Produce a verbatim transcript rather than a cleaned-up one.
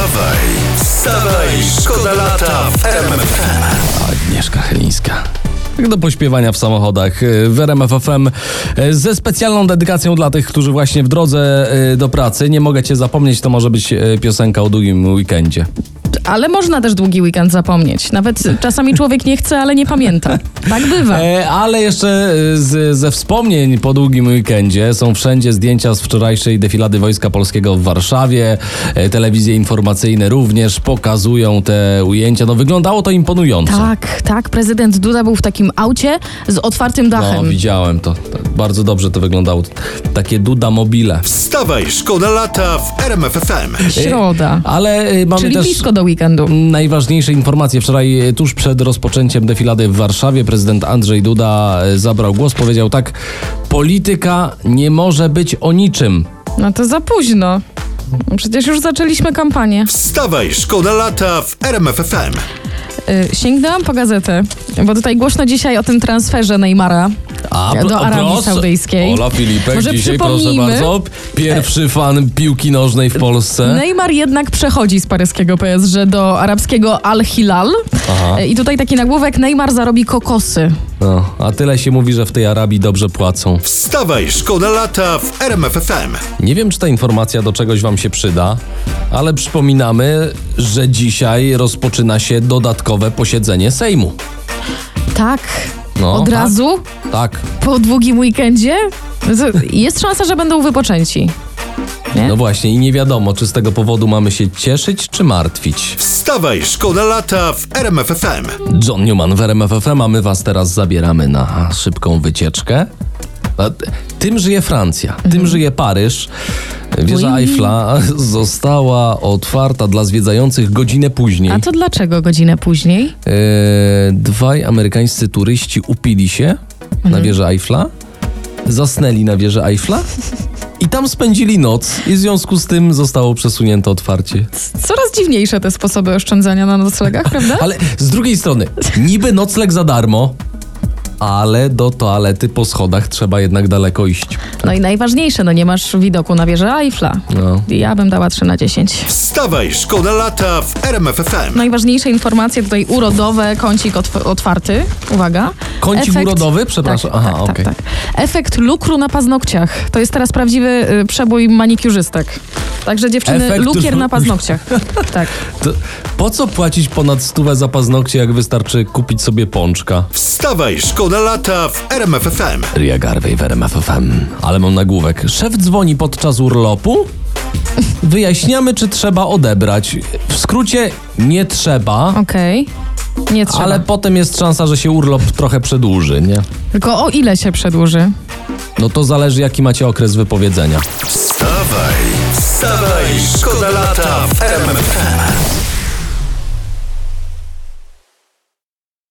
Wstawaj, wstawaj, szkoda lata w R M F M. Agnieszka Chylińska. Tak do pośpiewania w samochodach w R M F F M ze specjalną dedykacją dla tych, którzy właśnie w drodze do pracy. Nie mogę cię zapomnieć, to może być piosenka o długim weekendzie. Ale można też długi weekend zapomnieć. Nawet czasami człowiek nie chce, ale nie pamięta. Tak bywa. E, ale jeszcze z, ze wspomnień po długim weekendzie są wszędzie zdjęcia z wczorajszej defilady Wojska Polskiego w Warszawie. E, telewizje informacyjne również pokazują te ujęcia. No wyglądało to imponująco. Tak, tak. Prezydent Duda był w takim aucie z otwartym dachem. No, widziałem to. Bardzo dobrze to wyglądało. Takie Duda mobile. Wstawaj, szkoda lata w R M F F M. Środa. Ale e, mamy Czyli też blisko do weekendu. najważniejsze informacje. Wczoraj, tuż przed rozpoczęciem defilady w Warszawie, prezydent Andrzej Duda zabrał głos. Powiedział tak: polityka nie może być o niczym. No to za późno. Przecież już zaczęliśmy kampanię. Wstawaj, szkoda lata w R M F F M. Yy, sięgnęłam po gazetę, bo tutaj głośno dzisiaj o tym transferze Neymara A, do pro, Arabii proszę. Saudyjskiej. Ola Filipek, Może dzisiaj proszę przypomnijmy, bardzo, pierwszy fan piłki nożnej w Polsce. Neymar jednak przechodzi z paryskiego P S G do arabskiego Al-Hilal. Aha. I tutaj taki nagłówek: Neymar zarobi kokosy. No, a tyle się mówi, że w tej Arabii dobrze płacą. Wstawaj, szkoda lata w R M F F M. Nie wiem, czy ta informacja do czegoś wam się przyda, ale przypominamy, że dzisiaj rozpoczyna się dodatkowe posiedzenie Sejmu. Tak? No, Od tak. razu? Tak. Po długim weekendzie? Jest szansa, że będą wypoczęci. Nie? No właśnie, i nie wiadomo, czy z tego powodu mamy się cieszyć, czy martwić. Wstawaj, szkoda lata w R M F F M. John Newman w R M F F M, a my was teraz zabieramy na szybką wycieczkę. A tym żyje Francja, tym żyje Paryż. Wieża Ui. Eiffla została otwarta dla zwiedzających godzinę później. A to dlaczego godzinę później? E, dwaj amerykańscy turyści upili się na wieży Eiffla, zasnęli na wieży Eiffla i tam spędzili noc i w związku z tym zostało przesunięte otwarcie. Coraz dziwniejsze te sposoby oszczędzania na noclegach, prawda? Ale z drugiej strony, niby nocleg za darmo, ale do toalety po schodach trzeba jednak daleko iść. No i najważniejsze, no nie masz widoku na wieżę Eiffla. No. Ja bym dała trzy na dziesięć. Wstawaj, szkoda lata w R M F F M. Najważniejsze informacje tutaj urodowe, kącik otw- otwarty. Uwaga. Kącik urodowy? Przepraszam. Tak, Aha, tak, okej. tak, tak. Efekt lukru na paznokciach. To jest teraz prawdziwy y, przebój manikiurzystek. Także dziewczyny, Efekt lukier lu- na paznokciach. Tak. To po co płacić ponad stówę za paznokcie, jak wystarczy kupić sobie pączka? Wstawaj, szkoda lata w R M F F M. Ria Garvey w R M F F M. Ale mam nagłówek. Szef dzwoni podczas urlopu? Wyjaśniamy, czy trzeba odebrać. W skrócie, nie trzeba, Okej. Nie trzeba. ale potem jest szansa, że się urlop trochę przedłuży, nie? Tylko o ile się przedłuży? No to zależy, jaki macie okres wypowiedzenia. Wstawaj, wstawaj, szkoda lata w R M F M.